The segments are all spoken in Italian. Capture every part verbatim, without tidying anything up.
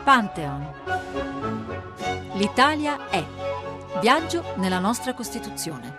Pantheon. L'Italia è. Viaggio nella nostra Costituzione.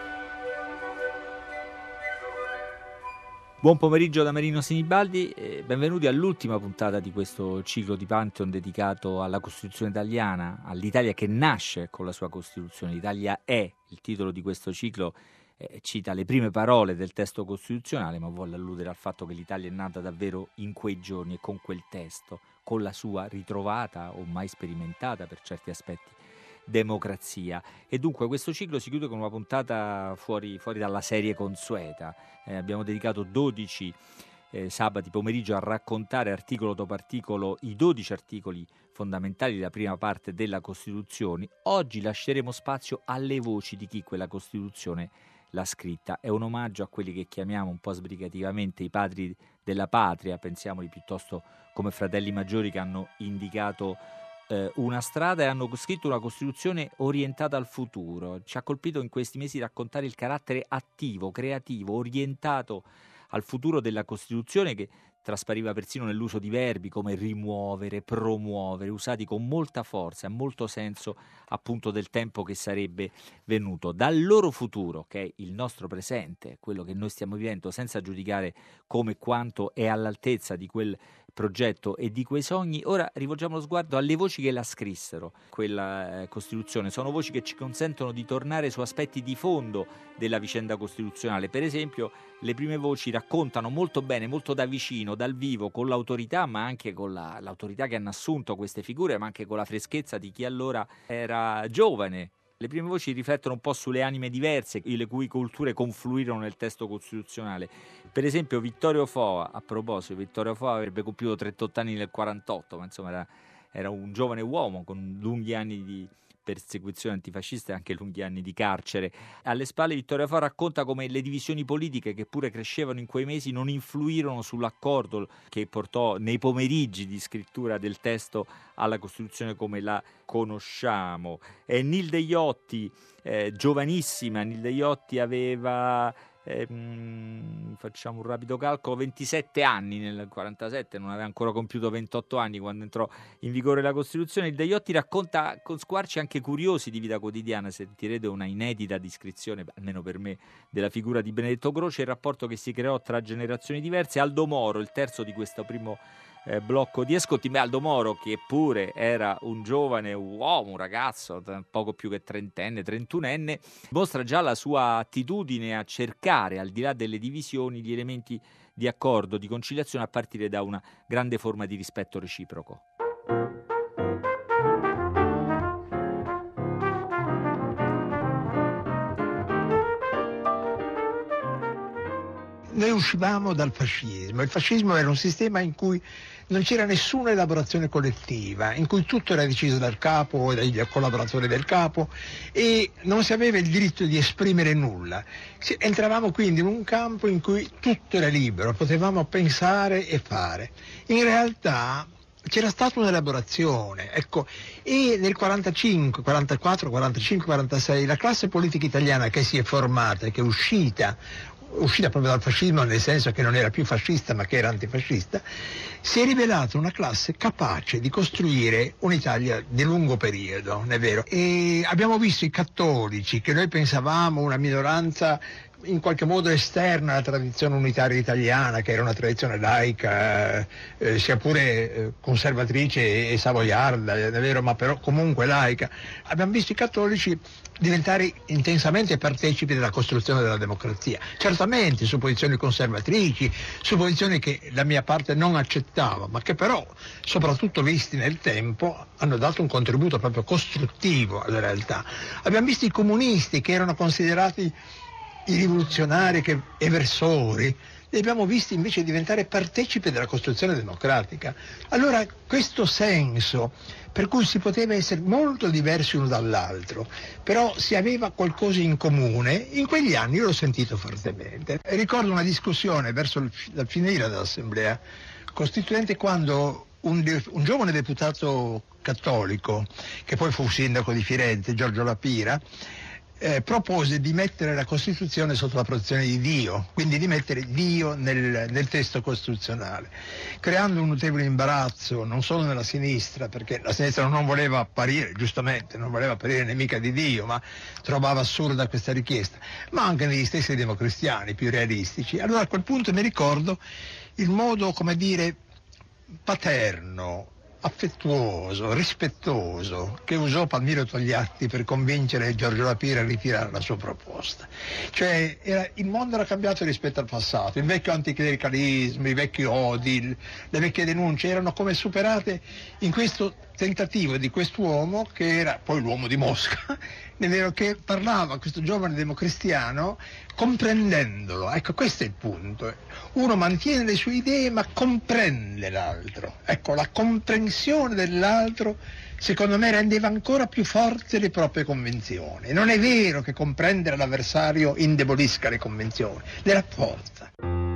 Buon pomeriggio da Marino Sinibaldi e benvenuti all'ultima puntata di questo ciclo di Pantheon dedicato alla Costituzione italiana, all'Italia che nasce con la sua Costituzione. L'Italia è, il titolo di questo ciclo eh, cita le prime parole del testo costituzionale, ma vuole alludere al fatto che l'Italia è nata davvero in quei giorni e con quel testo, con la sua ritrovata o mai sperimentata per certi aspetti democrazia. E dunque questo ciclo si chiude con una puntata fuori, fuori dalla serie consueta. Eh, abbiamo dedicato dodici eh, sabati pomeriggio a raccontare articolo dopo articolo i dodici articoli fondamentali della prima parte della Costituzione. Oggi lasceremo spazio alle voci di chi quella Costituzione l'ha scritta. È un omaggio a quelli che chiamiamo un po' sbrigativamente i padri della patria, pensiamoli piuttosto come fratelli maggiori che hanno indicato una strada e hanno scritto una Costituzione orientata al futuro. Ci ha colpito in questi mesi raccontare il carattere attivo, creativo, orientato al futuro della Costituzione, che traspariva persino nell'uso di verbi come rimuovere, promuovere, usati con molta forza e molto senso appunto del tempo che sarebbe venuto. Dal loro futuro, che è il nostro presente, quello che noi stiamo vivendo, senza giudicare come e quanto è all'altezza di quel progetto e di quei sogni, ora rivolgiamo lo sguardo alle voci che la scrissero, quella eh, Costituzione. Sono voci che ci consentono di tornare su aspetti di fondo della vicenda costituzionale. Per esempio, le prime voci raccontano molto bene, molto da vicino, dal vivo, con l'autorità, ma anche con la, l'autorità che hanno assunto queste figure, ma anche con la freschezza di chi allora era giovane. Le prime voci riflettono un po' sulle anime diverse, le cui culture confluirono nel testo costituzionale. Per esempio Vittorio Foa, a proposito, Vittorio Foa avrebbe compiuto trentotto anni nel quarantotto, ma insomma era, era un giovane uomo con lunghi anni di persecuzione antifascista e anche lunghi anni di carcere. Alle spalle Vittorio Foa racconta come le divisioni politiche, che pure crescevano in quei mesi, non influirono sull'accordo che portò nei pomeriggi di scrittura del testo alla Costituzione come la conosciamo. E Nilde Iotti, eh, giovanissima, Nilde Iotti aveva Eh, mh, facciamo un rapido calcolo, ventisette anni nel quarantasette, non aveva ancora compiuto ventotto anni quando entrò in vigore la Costituzione. Il De Iotti racconta con squarci anche curiosi di vita quotidiana. Sentirete una inedita descrizione, almeno per me, della figura di Benedetto Croce, il rapporto che si creò tra generazioni diverse. Aldo Moro, il terzo di questo primo Eh, blocco di ascolti. Beh, Aldo Moro, che pure era un giovane uomo, un ragazzo poco più che trentenne, trentunenne, mostra già la sua attitudine a cercare, al di là delle divisioni, gli elementi di accordo, di conciliazione, a partire da una grande forma di rispetto reciproco. Noi uscivamo dal fascismo. Il fascismo era un sistema in cui non c'era nessuna elaborazione collettiva, in cui tutto era deciso dal capo e dai collaboratori del capo e non si aveva il diritto di esprimere nulla. Entravamo quindi in un campo in cui tutto era libero, potevamo pensare e fare. In realtà c'era stata un'elaborazione, ecco, e nel quarantacinque, quarantaquattro, quarantacinque, quarantasei la classe politica italiana che si è formata, che è uscita uscita proprio dal fascismo, nel senso che non era più fascista ma che era antifascista, si è rivelata una classe capace di costruire un'Italia di lungo periodo, non è vero? E abbiamo visto i cattolici, che noi pensavamo una minoranza in qualche modo esterna alla tradizione unitaria italiana, che era una tradizione laica, eh, sia pure eh, conservatrice e, e savoiarda, è vero, ma però comunque laica. Abbiamo visto i cattolici diventare intensamente partecipi della costruzione della democrazia, certamente su posizioni conservatrici, su posizioni che la mia parte non accettava, ma che però, soprattutto visti nel tempo, hanno dato un contributo proprio costruttivo alla realtà. Abbiamo visto i comunisti, che erano considerati i rivoluzionari che, eversori, li abbiamo visti invece diventare partecipi della costruzione democratica. Allora questo senso per cui si poteva essere molto diversi uno dall'altro, però si aveva qualcosa in comune, in quegli anni io l'ho sentito fortemente. E ricordo una discussione verso il, la finire dell'Assemblea Costituente, quando un, un giovane deputato cattolico, che poi fu sindaco di Firenze, Giorgio La Pira, eh, propose di mettere la Costituzione sotto la protezione di Dio, quindi di mettere Dio nel, nel testo costituzionale, creando un notevole imbarazzo non solo nella sinistra, perché la sinistra non voleva apparire, giustamente, non voleva apparire nemica di Dio, ma trovava assurda questa richiesta, ma anche negli stessi democristiani più realistici. Allora a quel punto mi ricordo il modo, come dire, paterno, affettuoso, rispettoso che usò Palmiro Togliatti per convincere Giorgio La Pira a ritirare la sua proposta. Cioè era, il mondo era cambiato rispetto al passato, il vecchio anticlericalismo, i vecchi odi, le vecchie denunce erano come superate in questo tentativo di quest'uomo che era poi l'uomo di Mosca, che parlava, questo giovane democristiano, comprendendolo. Ecco, questo è il punto. Uno mantiene le sue idee ma comprende l'altro. Ecco, la comprensione dell'altro secondo me rendeva ancora più forti le proprie convinzioni. Non è vero che comprendere l'avversario indebolisca le convinzioni, le rafforza.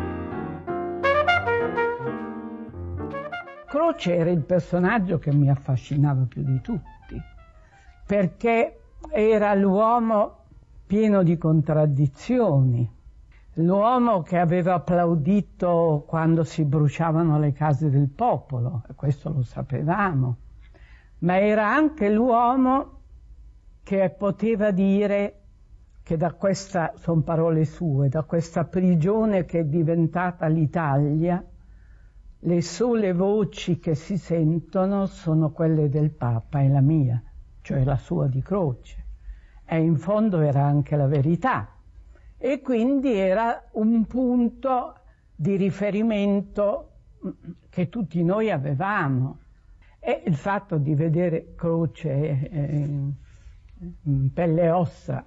Croce era il personaggio che mi affascinava più di tutti, perché era l'uomo pieno di contraddizioni, l'uomo che aveva applaudito quando si bruciavano le case del popolo, e questo lo sapevamo, ma era anche l'uomo che poteva dire che da questa, sono parole sue, da questa prigione che è diventata l'Italia, le sole voci che si sentono sono quelle del Papa e la mia, cioè la sua di Croce. E in fondo era anche la verità. E quindi era un punto di riferimento che tutti noi avevamo. E il fatto di vedere Croce eh, in pelle e ossa,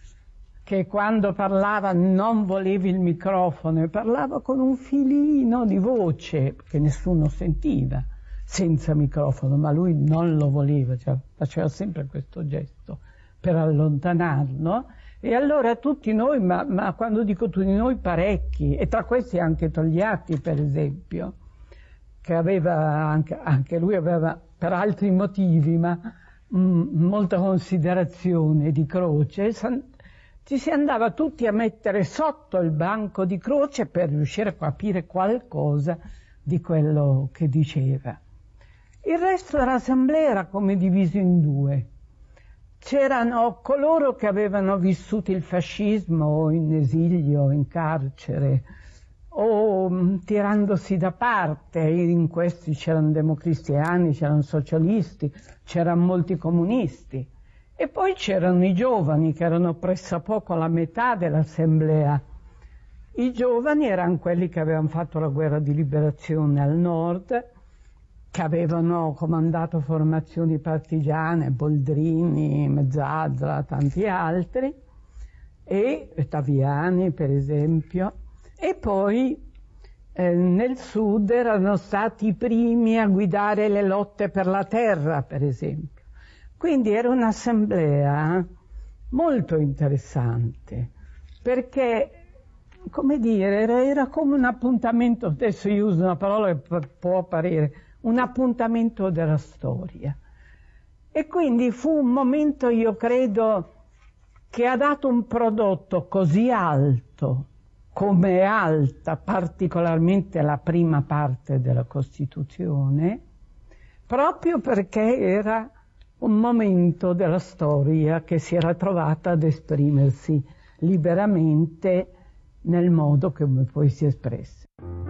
che quando parlava non volevi il microfono e parlava con un filino di voce che nessuno sentiva, senza microfono, ma lui non lo voleva, cioè faceva sempre questo gesto per allontanarlo. E allora tutti noi, ma, ma quando dico tutti noi, parecchi, e tra questi anche Togliatti per esempio, che aveva anche, anche lui aveva per altri motivi, ma mh, molta considerazione di Croce, ci si andava tutti a mettere sotto il banco di Croce per riuscire a capire qualcosa di quello che diceva. Il resto dell'assemblea era come diviso in due. C'erano coloro che avevano vissuto il fascismo in esilio, in carcere, o mh, tirandosi da parte. In questi c'erano democristiani, c'erano socialisti, c'erano molti comunisti. E poi c'erano i giovani, che erano pressappoco la metà dell'assemblea. I giovani erano quelli che avevano fatto la guerra di liberazione al nord, che avevano comandato formazioni partigiane, Boldrini, Mezzadra, tanti altri, e Taviani per esempio. E poi eh, nel sud erano stati i primi a guidare le lotte per la terra, per esempio. Quindi era un'assemblea molto interessante, perché, come dire, era, era come un appuntamento, adesso io uso una parola che può apparire, un appuntamento della storia. E quindi fu un momento, io credo, che ha dato un prodotto così alto, come è alta particolarmente la prima parte della Costituzione, proprio perché era un momento della storia che si era trovata ad esprimersi liberamente nel modo come poi si espresse.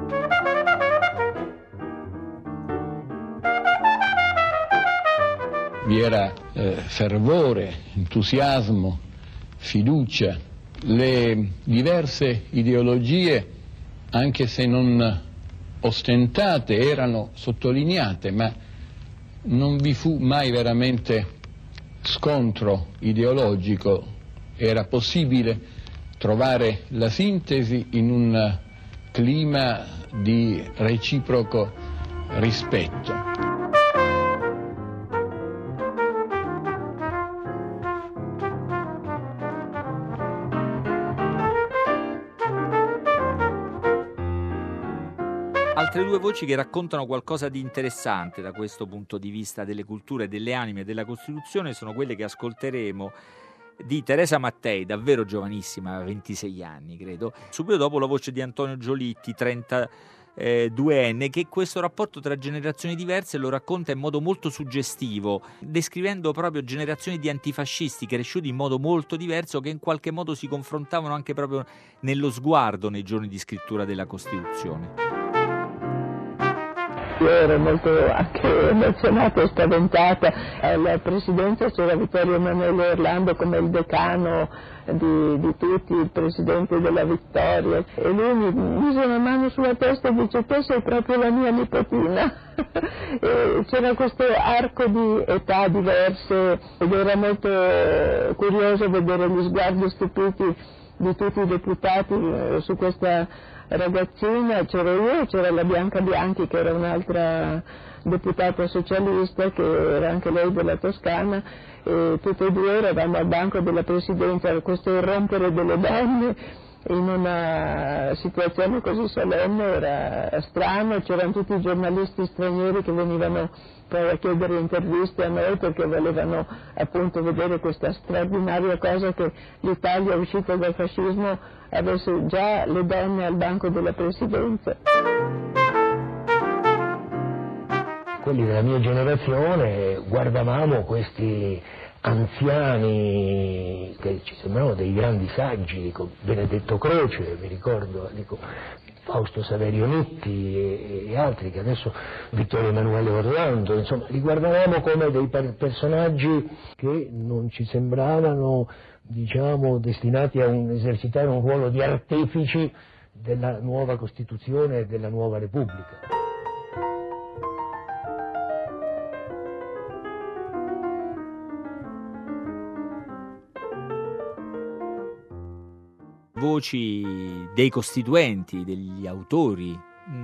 Vi era eh, fervore, entusiasmo, fiducia. Le diverse ideologie, anche se non ostentate, erano sottolineate, ma non vi fu mai veramente scontro ideologico. Era possibile trovare la sintesi in un clima di reciproco rispetto. Altre due voci che raccontano qualcosa di interessante da questo punto di vista delle culture, delle anime e della Costituzione sono quelle che ascolteremo di Teresa Mattei, davvero giovanissima, ventisei anni credo, subito dopo la voce di Antonio Giolitti, trentaduenne, che questo rapporto tra generazioni diverse lo racconta in modo molto suggestivo, descrivendo proprio generazioni di antifascisti cresciuti in modo molto diverso, che in qualche modo si confrontavano anche proprio nello sguardo nei giorni di scrittura della Costituzione. Io ero molto anche emozionata e spaventata. Alla presidenza c'era Vittorio Emanuele Orlando come il decano di, di tutti, il presidente della Vittoria, e lui mi mise una mano sulla testa e dice: te sei proprio la mia nipotina. E c'era questo arco di età diverse ed era molto curioso vedere gli sguardi stupiti di tutti i deputati su questa ragazzina. C'era io, c'era la Bianca Bianchi, che era un'altra deputata socialista, che era anche lei della Toscana, e tutte e due eravamo al banco della presidenza. Questo irrompere delle donne in una situazione così solenne era strano. C'erano tutti i giornalisti stranieri che venivano poi a chiedere interviste a noi perché volevano appunto vedere questa straordinaria cosa, che l'Italia uscita dal fascismo avesse già le donne al banco della presidenza. Quelli della mia generazione guardavamo questi anziani che ci sembravano dei grandi saggi, dico, Benedetto Croce, mi ricordo, dico, Fausto Saverio Nitti e, e altri, che adesso Vittorio Emanuele Orlando, insomma, li guardavamo come dei per- personaggi che non ci sembravano, diciamo, destinati a un, esercitare un ruolo di artefici della nuova Costituzione e della nuova Repubblica. Voci dei costituenti, degli autori,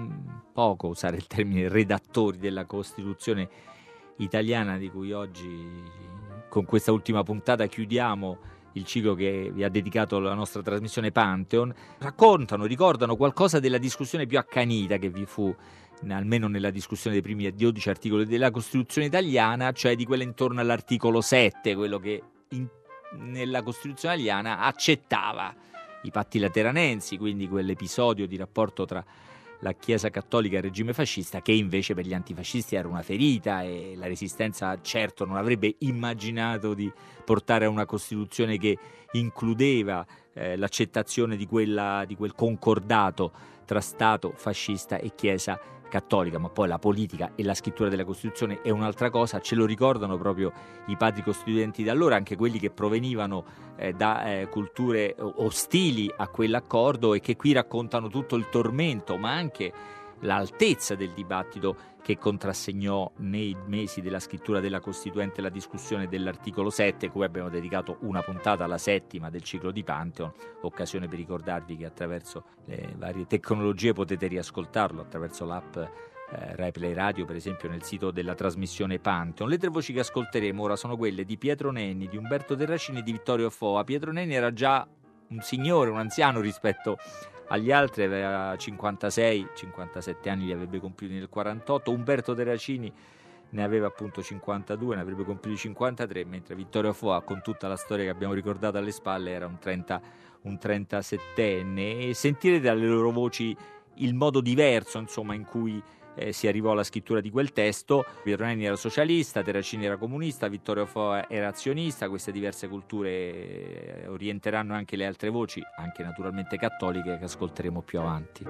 poco usare il termine redattori della Costituzione italiana, di cui oggi con questa ultima puntata chiudiamo il ciclo che vi ha dedicato la nostra trasmissione Pantheon, raccontano, ricordano qualcosa della discussione più accanita che vi fu, almeno nella discussione dei primi dodici articoli della Costituzione italiana, cioè di quella intorno all'articolo sette, quello che in, nella Costituzione italiana accettava i patti lateranensi, quindi quell'episodio di rapporto tra la Chiesa cattolica e il regime fascista, che invece per gli antifascisti era una ferita, e la Resistenza certo non avrebbe immaginato di portare a una Costituzione che includeva eh, l'accettazione di, quella, di quel concordato tra Stato fascista e Chiesa cattolica. Ma poi la politica e la scrittura della Costituzione è un'altra cosa, ce lo ricordano proprio i padri costituenti da allora, anche quelli che provenivano eh, da eh, culture ostili a quell'accordo, e che qui raccontano tutto il tormento ma anche l'altezza del dibattito che contrassegnò nei mesi della scrittura della Costituente la discussione dell'articolo sette, cui abbiamo dedicato una puntata, alla settima del ciclo di Pantheon, occasione per ricordarvi che attraverso le varie tecnologie potete riascoltarlo attraverso l'app eh, Rai Play Radio, per esempio nel sito della trasmissione Pantheon. Le tre voci che ascolteremo ora sono quelle di Pietro Nenni, di Umberto Terracini e di Vittorio Foa. Pietro Nenni era già un signore, un anziano rispetto agli altri, aveva cinquantasei cinquantasette anni, li avrebbe compiuti nel quarantotto. Umberto Terracini ne aveva appunto cinquantadue, ne avrebbe compiuti cinquantatré, mentre Vittorio Foa, con tutta la storia che abbiamo ricordato alle spalle, era un, trenta, un trentasettenne. E sentirete dalle loro voci il modo diverso, insomma, in cui eh, si arrivò alla scrittura di quel testo. Pietro Nenni era socialista, Terracini era comunista, Vittorio Foa era azionista. Queste diverse culture eh, orienteranno anche le altre voci, anche naturalmente cattoliche, che ascolteremo più avanti.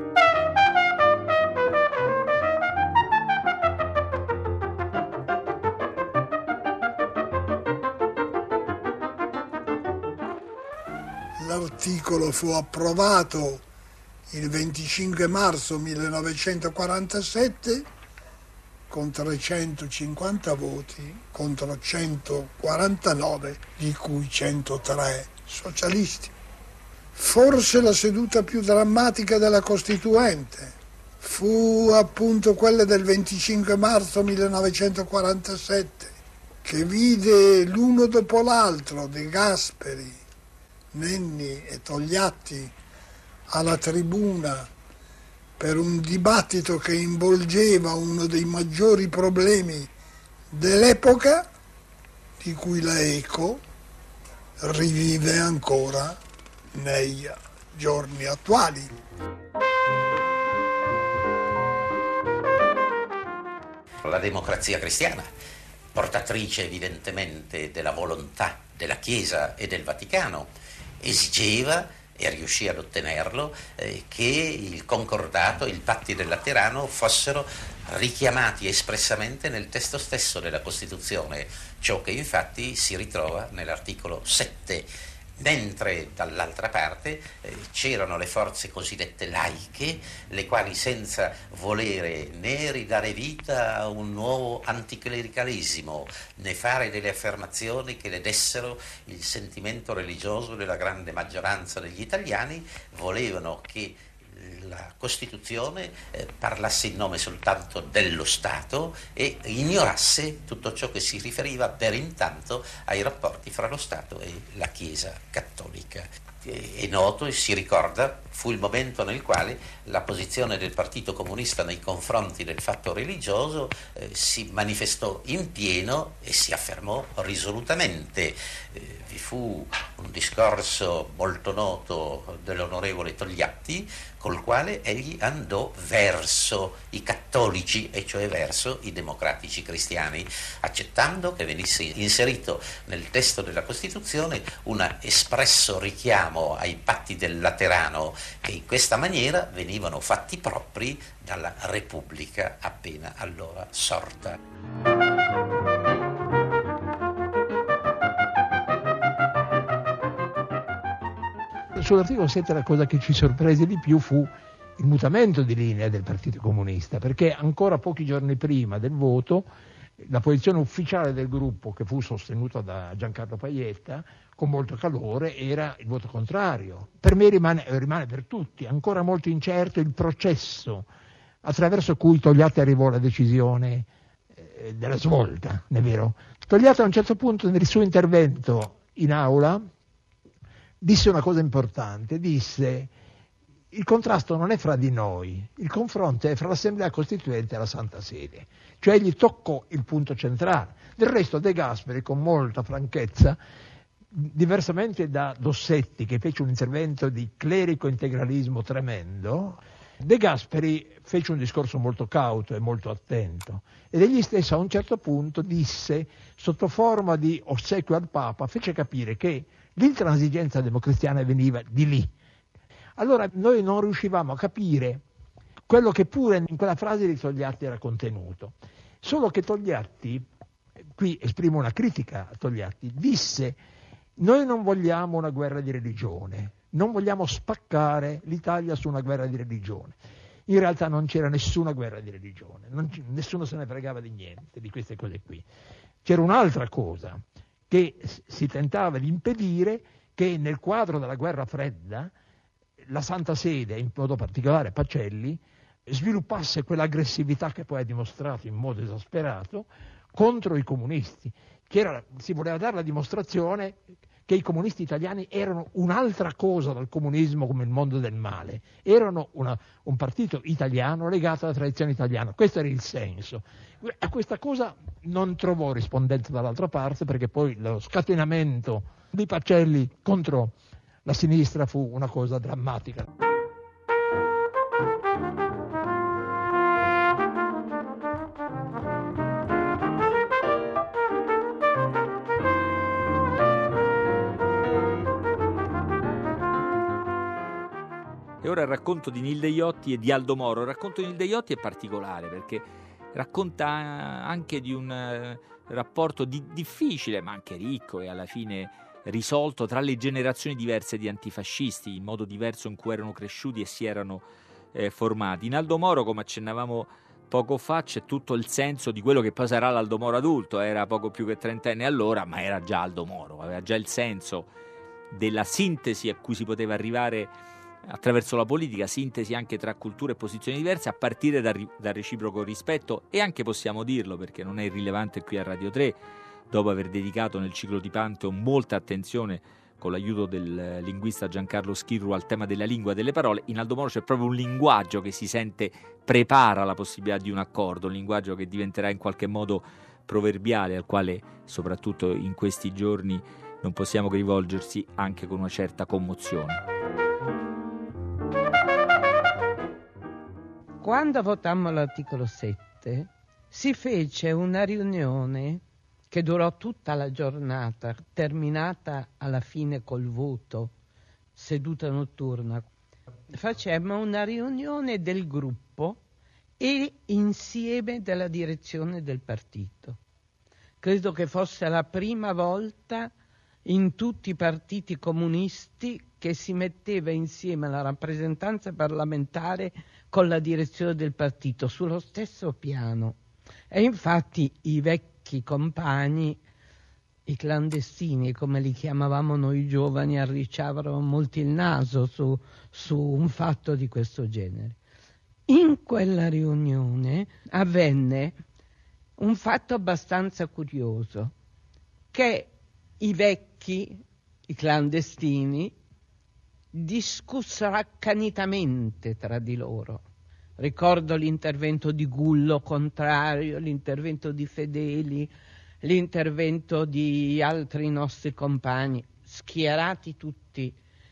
L'articolo fu approvato il venticinque marzo millenovecentoquarantasette con trecentocinquanta voti contro centoquarantanove, di cui centotré socialisti. Forse la seduta più drammatica della Costituente fu appunto quella del venticinque marzo millenovecentoquarantasette, che vide l'uno dopo l'altro De Gasperi, Nenni e Togliatti alla tribuna per un dibattito che involgeva uno dei maggiori problemi dell'epoca, di cui la ECO rivive ancora nei giorni attuali. La Democrazia Cristiana, portatrice evidentemente della volontà della Chiesa e del Vaticano, esigeva e riuscì ad ottenerlo eh, che il concordato, i patti del Laterano fossero richiamati espressamente nel testo stesso della Costituzione, ciò che infatti si ritrova nell'articolo sette, mentre dall'altra parte eh, c'erano le forze cosiddette laiche, le quali senza volere né ridare vita a un nuovo anticlericalismo, né fare delle affermazioni che le dessero il sentimento religioso della grande maggioranza degli italiani, volevano che la Costituzione eh, parlasse in nome soltanto dello Stato e ignorasse tutto ciò che si riferiva per intanto ai rapporti fra lo Stato e la Chiesa cattolica. È noto e si ricorda, fu il momento nel quale la posizione del Partito Comunista nei confronti del fatto religioso eh, si manifestò in pieno e si affermò risolutamente. Eh, vi fu un discorso molto noto dell'onorevole Togliatti, col quale egli andò verso i cattolici, e cioè verso i democratici cristiani, accettando che venisse inserito nel testo della Costituzione un espresso richiamo ai patti del Laterano, che in questa maniera venivano fatti propri dalla Repubblica appena allora sorta. Sull'articolo sette la cosa che ci sorprese di più fu il mutamento di linea del Partito Comunista, perché ancora pochi giorni prima del voto la posizione ufficiale del gruppo, che fu sostenuta da Giancarlo Pajetta con molto calore, era il voto contrario. Per me rimane, rimane per tutti ancora molto incerto il processo attraverso cui Togliatti arrivò alla decisione eh, della svolta, è vero? Togliatti a un certo punto nel suo intervento in aula disse una cosa importante, disse: il contrasto non è fra di noi, il confronto è fra l'Assemblea Costituente e la Santa Sede. Cioè gli toccò il punto centrale. Del resto De Gasperi, con molta franchezza, diversamente da Dossetti, che fece un intervento di clerico-integralismo tremendo, De Gasperi fece un discorso molto cauto e molto attento, ed egli stesso a un certo punto disse, sotto forma di ossequio al Papa, fece capire che l'intransigenza democristiana veniva di lì. Allora noi non riuscivamo a capire quello che pure in quella frase di Togliatti era contenuto. Solo che Togliatti, qui esprimo una critica a Togliatti, disse: noi non vogliamo una guerra di religione, non vogliamo spaccare l'Italia su una guerra di religione. In realtà non c'era nessuna guerra di religione, non c- nessuno se ne fregava di niente, di queste cose qui. C'era un'altra cosa, che si tentava di impedire che nel quadro della guerra fredda la Santa Sede, in modo particolare Pacelli, sviluppasse quell'aggressività che poi ha dimostrato in modo esasperato contro i comunisti, che era, si voleva dare la dimostrazione che i comunisti italiani erano un'altra cosa dal comunismo come il mondo del male, erano una, un partito italiano legato alla tradizione italiana, questo era il senso. A questa cosa non trovò rispondenza dall'altra parte, perché poi lo scatenamento di Pacelli contro la sinistra fu una cosa drammatica. E ora il racconto di Nilde Iotti e di Aldo Moro. Il racconto di Nilde Iotti è particolare perché racconta anche di un eh, rapporto di, difficile ma anche ricco e alla fine risolto tra le generazioni diverse di antifascisti, il modo diverso in cui erano cresciuti e si erano eh, formati. In Aldo Moro, come accennavamo poco fa, c'è tutto il senso di quello che poi sarà l'Aldo Moro adulto. Era poco più che trentenne allora, ma era già Aldo Moro, aveva già il senso della sintesi a cui si poteva arrivare attraverso la politica, sintesi anche tra culture e posizioni diverse, a partire dal, dal reciproco rispetto, e anche possiamo dirlo perché non è irrilevante qui a Radio tre, dopo aver dedicato nel ciclo di Pantheon molta attenzione con l'aiuto del linguista Giancarlo Schirru al tema della lingua delle parole, in Aldo Moro c'è proprio un linguaggio che si sente prepara la possibilità di un accordo, un linguaggio che diventerà in qualche modo proverbiale, al quale soprattutto in questi giorni non possiamo che rivolgersi anche con una certa commozione. Quando votammo l'articolo sette si fece una riunione che durò tutta la giornata, terminata alla fine col voto, seduta notturna. Facemmo una riunione del gruppo e insieme della direzione del partito. Credo che fosse la prima volta in tutti i partiti comunisti che si metteva insieme la rappresentanza parlamentare con la direzione del partito sullo stesso piano. E infatti i vecchi compagni, i clandestini, come li chiamavamo noi giovani, arricciavano molto il naso su, su un fatto di questo genere. In quella riunione avvenne un fatto abbastanza curioso, che i vecchi, i clandestini, discussero accanitamente tra di loro. Ricordo l'intervento di Gullo contrario, l'intervento di Fedeli, l'intervento di altri nostri compagni, schierati tutti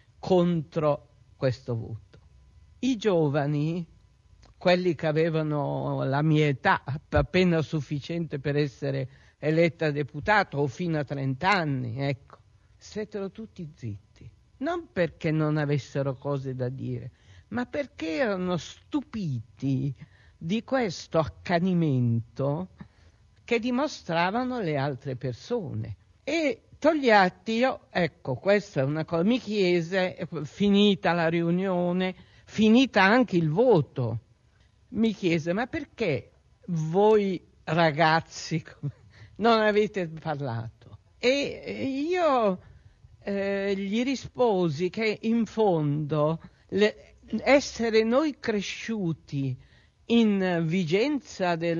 contro questo voto. I giovani, quelli che avevano la mia età, appena sufficiente per essere eletta deputato, o fino a trent'anni, ecco, stettero tutti zitti. Non perché non avessero cose da dire, ma perché erano stupiti di questo accanimento che dimostravano le altre persone. E Togliatti, io, ecco, questa è una cosa, mi chiese, finita la riunione, finita anche il voto, mi chiese, ma perché voi ragazzi non avete parlato? E io eh, gli risposi che in fondo le, essere noi cresciuti in vigenza dei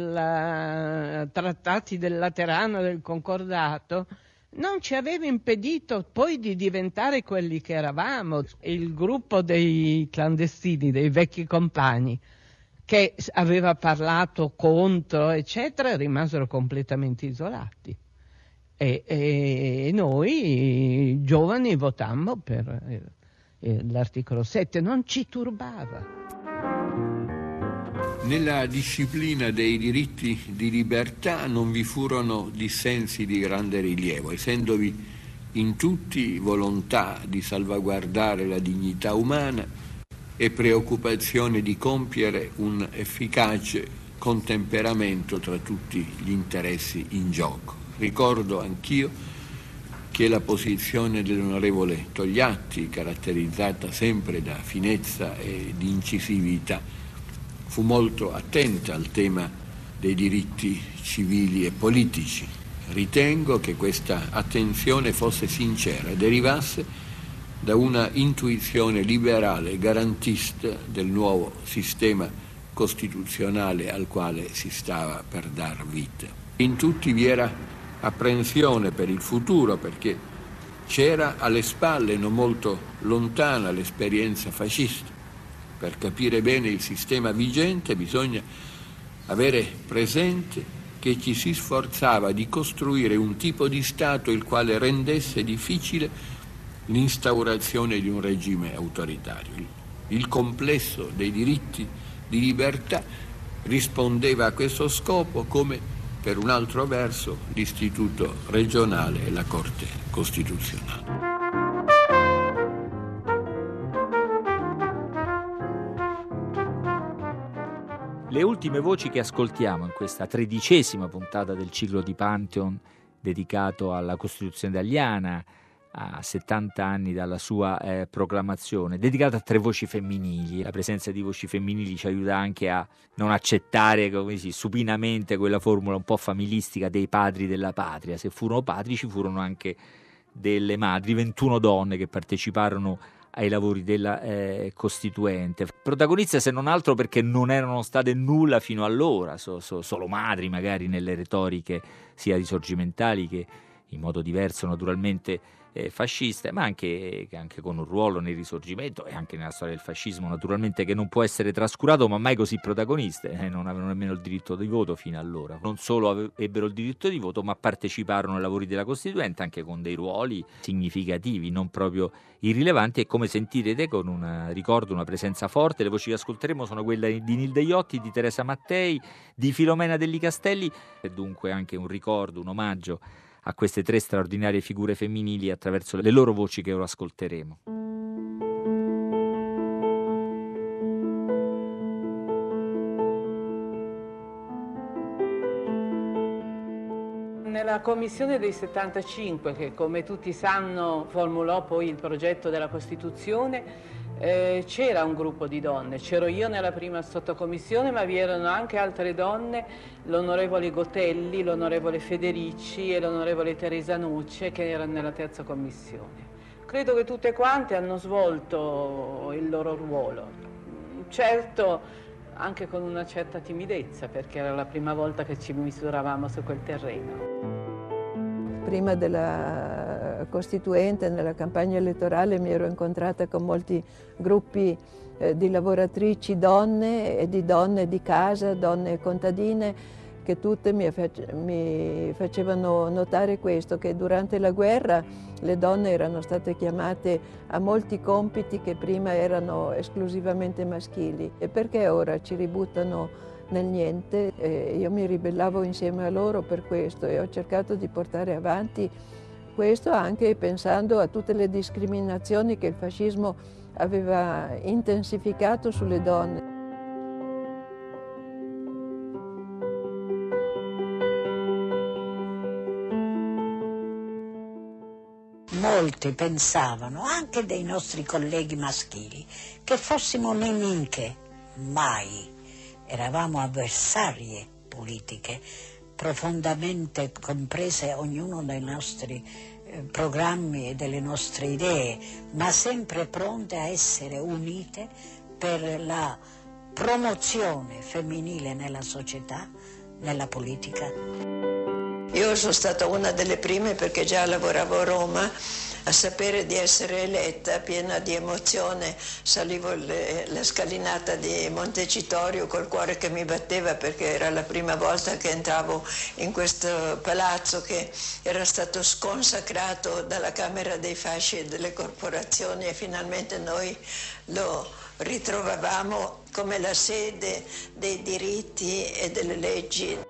trattati del Laterano, del Concordato, non ci aveva impedito poi di diventare quelli che eravamo. Il gruppo dei clandestini, dei vecchi compagni, che aveva parlato contro, eccetera, rimasero completamente isolati. E, e noi, giovani, votammo per eh, l'articolo sette, non ci turbava. Nella disciplina dei diritti di libertà non vi furono dissensi di grande rilievo, essendovi in tutti volontà di salvaguardare la dignità umana e preoccupazione di compiere un efficace contemperamento tra tutti gli interessi in gioco. Ricordo anch'io che la posizione dell'onorevole Togliatti, caratterizzata sempre da finezza e di incisività, fu molto attenta al tema dei diritti civili e politici. Ritengo che questa attenzione fosse sincera e derivasse da una intuizione liberale e garantista del nuovo sistema costituzionale al quale si stava per dar vita. In tutti vi era apprensione per il futuro, perché c'era alle spalle, non molto lontana, l'esperienza fascista. Per capire bene il sistema vigente bisogna avere presente che ci si sforzava di costruire un tipo di Stato il quale rendesse difficile l'instaurazione di un regime autoritario. Il complesso dei diritti di libertà rispondeva a questo scopo, come per un altro verso l'istituto regionale e la Corte Costituzionale. Le ultime voci che ascoltiamo in questa tredicesima puntata del ciclo di Pantheon dedicato alla Costituzione italiana, a settanta anni dalla sua eh, proclamazione, dedicata a tre voci femminili. La presenza di voci femminili ci aiuta anche a non accettare, come si, supinamente quella formula un po' familistica dei padri della patria. Se furono padri ci furono anche delle madri, ventuno donne che parteciparono ai lavori della eh, Costituente, protagoniste se non altro perché non erano state nulla fino allora, so, so, solo madri magari nelle retoriche sia risorgimentali che in modo diverso naturalmente eh, fasciste, ma anche, anche con un ruolo nel Risorgimento e anche nella storia del fascismo, naturalmente, che non può essere trascurato, ma mai così protagoniste, eh, non avevano nemmeno il diritto di voto fino allora. Non solo ave- ebbero il diritto di voto, ma parteciparono ai lavori della Costituente anche con dei ruoli significativi, non proprio irrilevanti, e come sentirete con un ricordo, una presenza forte. Le voci che ascolteremo sono quelle di Nilde Iotti, di Teresa Mattei, di Filomena Delli Castelli, e dunque anche un ricordo, un omaggio a queste tre straordinarie figure femminili attraverso le loro voci che ora ascolteremo. Nella commissione dei settantacinque, che come tutti sanno formulò poi il progetto della Costituzione, eh, c'era un gruppo di donne. C'ero io nella prima sottocommissione, ma vi erano anche altre donne, l'onorevole Gotelli, l'onorevole Federici e l'onorevole Teresa Nucce, che erano nella terza commissione. Credo che tutte quante hanno svolto il loro ruolo. Certo, anche con una certa timidezza, perché era la prima volta che ci misuravamo su quel terreno. Prima della Costituente, nella campagna elettorale, mi ero incontrata con molti gruppi eh, di lavoratrici donne e di donne di casa, donne contadine, che tutte mi, face- mi facevano notare questo, che durante la guerra le donne erano state chiamate a molti compiti che prima erano esclusivamente maschili. E perché ora ci ributtano nel niente? E io mi ribellavo insieme a loro per questo e ho cercato di portare avanti questo, anche pensando a tutte le discriminazioni che il fascismo aveva intensificato sulle donne. Molti pensavano, anche dei nostri colleghi maschili, che fossimo nemiche. Mai. Eravamo avversarie politiche, profondamente comprese ognuno dei nostri eh, programmi e delle nostre idee, ma sempre pronte a essere unite per la promozione femminile nella società, nella politica. Io sono stata una delle prime, perché già lavoravo a Roma, a sapere di essere eletta, piena di emozione. Salivo le, la scalinata di Montecitorio col cuore che mi batteva, perché era la prima volta che entravo in questo palazzo che era stato sconsacrato dalla Camera dei Fasci e delle corporazioni, e finalmente noi lo ritrovavamo come la sede dei diritti e delle leggi.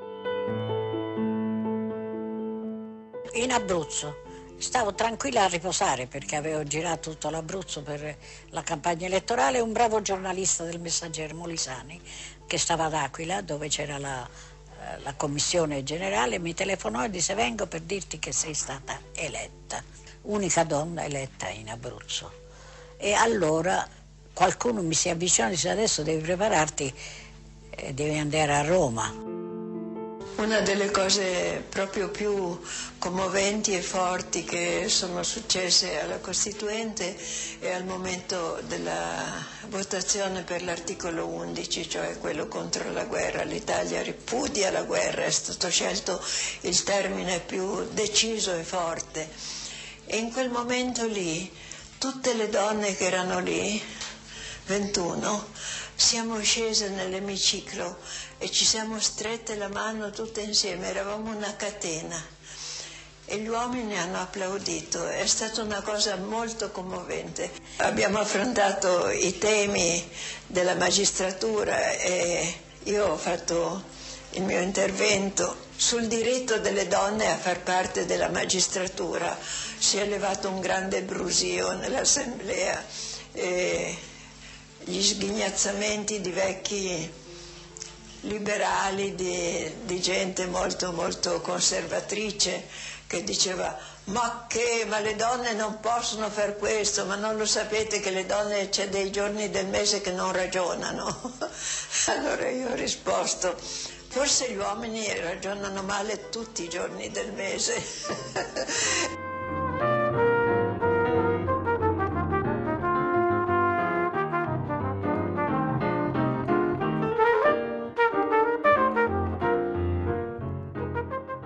In Abruzzo stavo tranquilla a riposare, perché avevo girato tutto l'Abruzzo per la campagna elettorale. Un bravo giornalista del Messaggero, Molisani, che stava ad Aquila, dove c'era la, la commissione generale, mi telefonò e disse: vengo per dirti che sei stata eletta, unica donna eletta in Abruzzo. E allora qualcuno mi si avvicinò e disse: adesso devi prepararti, eh, devi andare a Roma. Una delle cose proprio più commoventi e forti che sono successe alla Costituente è al momento della votazione per l'articolo undici, cioè quello contro la guerra. L'Italia ripudia la guerra, è stato scelto il termine più deciso e forte. E in quel momento lì, tutte le donne che erano lì, ventuno, siamo scese nell'emiciclo e ci siamo strette la mano tutte insieme, eravamo una catena e gli uomini hanno applaudito. È stata una cosa molto commovente. Abbiamo affrontato i temi della magistratura e io ho fatto il mio intervento sul diritto delle donne a far parte della magistratura. Si è levato un grande brusio nell'assemblea e gli sghignazzamenti di vecchi liberali, di, di gente molto molto conservatrice, che diceva: ma che, ma le donne non possono fare questo, ma non lo sapete che le donne c'è dei giorni del mese che non ragionano? Allora io ho risposto: forse gli uomini ragionano male tutti i giorni del mese.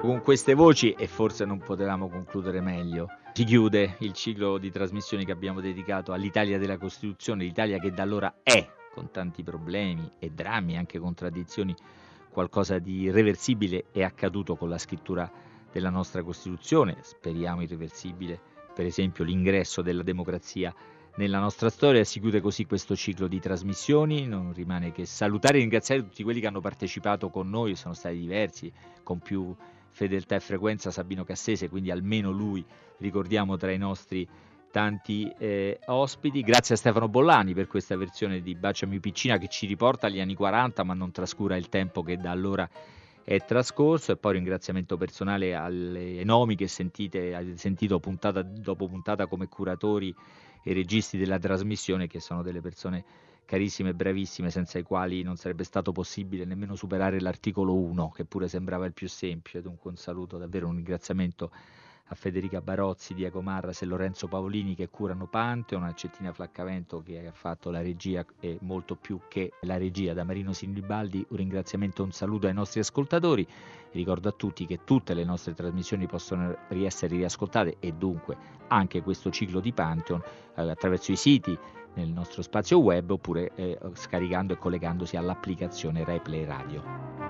con queste voci, e forse non potevamo concludere meglio, si chiude il ciclo di trasmissioni che abbiamo dedicato all'Italia della Costituzione, l'Italia che da allora è, con tanti problemi e drammi, anche contraddizioni, qualcosa di irreversibile è accaduto con la scrittura della nostra Costituzione, speriamo irreversibile, per esempio l'ingresso della democrazia nella nostra storia. Si chiude così questo ciclo di trasmissioni, non rimane che salutare e ringraziare tutti quelli che hanno partecipato con noi, sono stati diversi, con più fedeltà e frequenza Sabino Cassese, quindi almeno lui ricordiamo tra i nostri tanti eh, ospiti. Grazie a Stefano Bollani per questa versione di Baciami Piccina che ci riporta agli anni quaranta ma non trascura il tempo che da allora è trascorso, e poi ringraziamento personale alle nomi che sentite, avete sentito puntata dopo puntata come curatori e registi della trasmissione, che sono delle persone carissime e bravissime, senza i quali non sarebbe stato possibile nemmeno superare l'articolo uno, che pure sembrava il più semplice. Dunque un saluto, davvero un ringraziamento a Federica Barozzi, Diego Marras e Lorenzo Paolini che curano Pantheon, a Cettina Flaccavento che ha fatto la regia e molto più che la regia, da Marino Sinibaldi un ringraziamento e un saluto ai nostri ascoltatori. Ricordo a tutti che tutte le nostre trasmissioni possono essere riascoltate, e dunque anche questo ciclo di Pantheon, eh, attraverso i siti nel nostro spazio web, oppure eh, scaricando e collegandosi all'applicazione RaiPlay Radio.